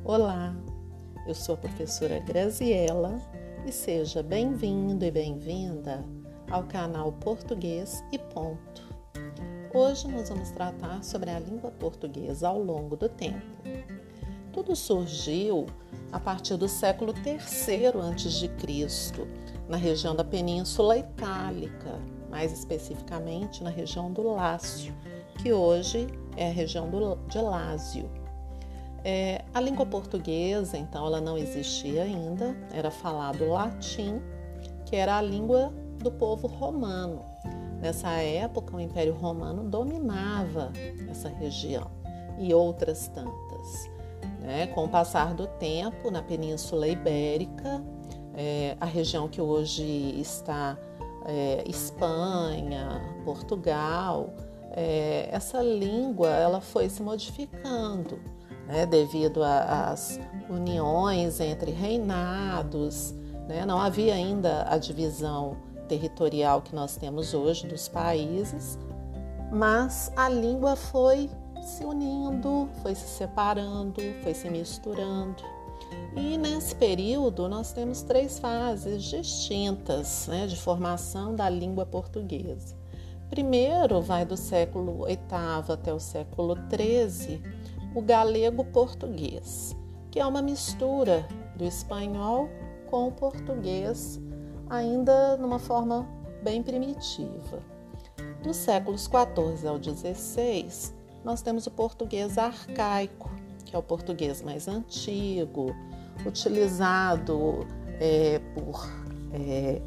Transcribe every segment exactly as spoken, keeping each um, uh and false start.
Olá, eu sou a professora Graziela e seja bem-vindo e bem-vinda ao canal Português e Ponto. Hoje nós vamos tratar sobre a língua portuguesa ao longo do tempo. Tudo surgiu a partir do século terceiro antes de Cristo, na região da Península Itálica, mais especificamente na região do Lácio, que hoje é a região do, de Lácio. É, a língua portuguesa, então, ela não existia ainda, era falado latim, que era a língua do povo romano. Nessa época, o Império Romano dominava essa região e outras tantas. Né? Com o passar do tempo, na Península Ibérica, é, a região que hoje está é, Espanha, Portugal, é, essa língua ela foi se modificando, né? Devido às uniões entre reinados, né? Não havia ainda a divisão territorial que nós temos hoje dos países, mas a língua foi se unindo, foi se separando, foi se misturando. E nesse período nós temos três fases distintas, né, de formação da língua portuguesa. Primeiro vai do século oitavo até o século treze, o galego-português, que é uma mistura do espanhol com o português, ainda numa forma bem primitiva. Dos séculos quatorze ao dezesseis, nós temos o português arcaico, que é o português mais antigo, utilizado é, por é,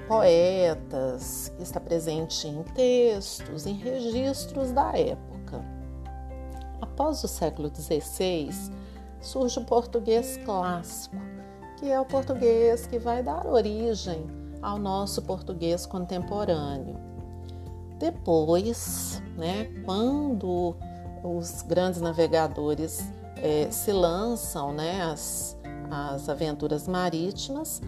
poetas, que está presente em textos, em registros da época. Após o século dezesseis, surge o português clássico, que é o português que vai dar origem ao nosso português contemporâneo. Depois, né, quando os grandes navegadores é, se lançam, né, as, as aventuras marítimas,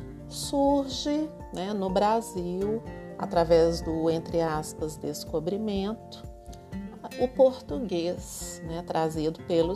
surge, né, no Brasil, através do, entre aspas, descobrimento, o português, né, trazido pelos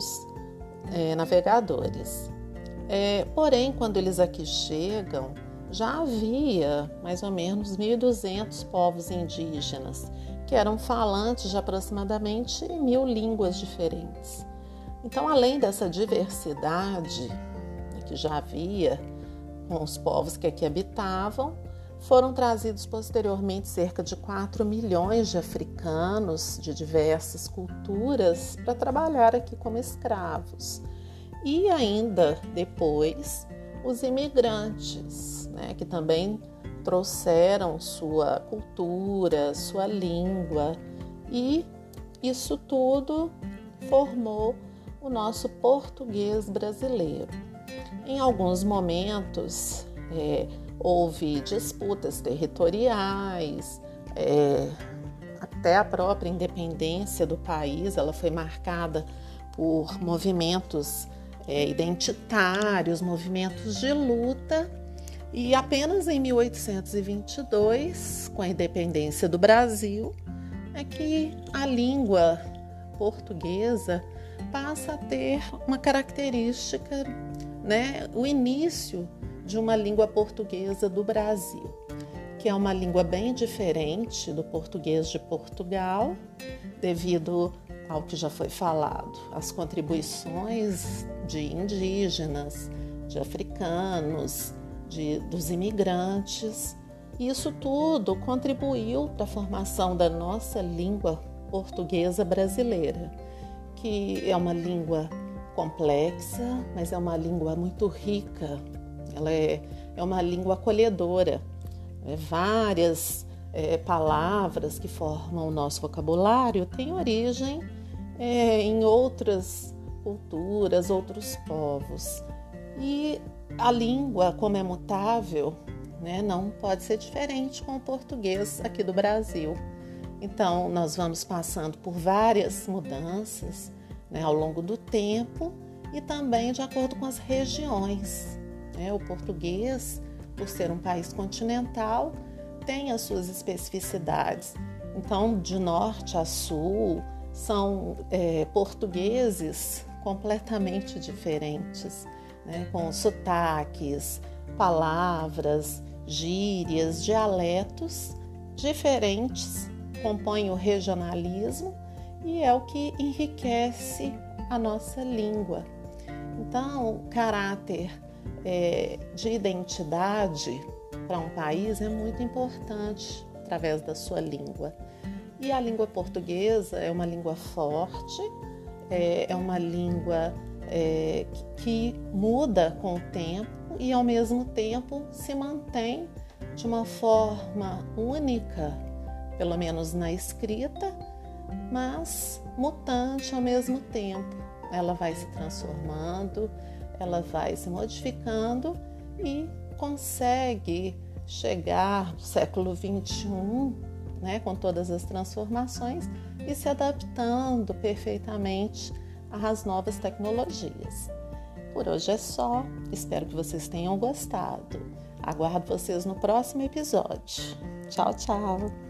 é, navegadores. É, porém, quando eles aqui chegam, já havia mais ou menos mil e duzentos povos indígenas, que eram falantes de aproximadamente mil línguas diferentes. Então, além dessa diversidade, né, que já havia com os povos que aqui habitavam, foram trazidos posteriormente cerca de quatro milhões de africanos de diversas culturas para trabalhar aqui como escravos. E ainda depois, os imigrantes, né, que também trouxeram sua cultura, sua língua, e isso tudo formou o nosso português brasileiro. Em alguns momentos, é, houve disputas territoriais, é, até a própria independência do país, ela foi marcada por movimentos é, identitários, movimentos de luta, e apenas em mil oitocentos e vinte e dois, com a independência do Brasil, é que a língua portuguesa passa a ter uma característica, né, o início de uma língua portuguesa do Brasil, que é uma língua bem diferente do português de Portugal, devido ao que já foi falado, as contribuições de indígenas, de africanos, de, dos imigrantes. Isso tudo contribuiu para a formação da nossa língua portuguesa brasileira, que é uma língua complexa, mas é uma língua muito rica. Ela é, é uma língua acolhedora. É, várias é, palavras que formam o nosso vocabulário têm origem é, em outras culturas, outros povos. E a língua, como é mutável, né, não pode ser diferente com o português aqui do Brasil. Então, nós vamos passando por várias mudanças, né, ao longo do tempo e também de acordo com as regiões. Né? O português, por ser um país continental, tem as suas especificidades. Então, de norte a sul, são é, portugueses completamente diferentes, né? Com sotaques, palavras, gírias, dialetos diferentes, compõem o regionalismo e é o que enriquece a nossa língua. Então, o caráter é, de identidade para um país é muito importante através da sua língua. E a língua portuguesa é uma língua forte, é, é uma língua é, que, que muda com o tempo e, ao mesmo tempo, se mantém de uma forma única, pelo menos na escrita, mas mutante ao mesmo tempo. Ela vai se transformando, ela vai se modificando e consegue chegar no século vinte e um, né, com todas as transformações e se adaptando perfeitamente às novas tecnologias. Por hoje é só, espero que vocês tenham gostado. Aguardo vocês no próximo episódio. Tchau, tchau!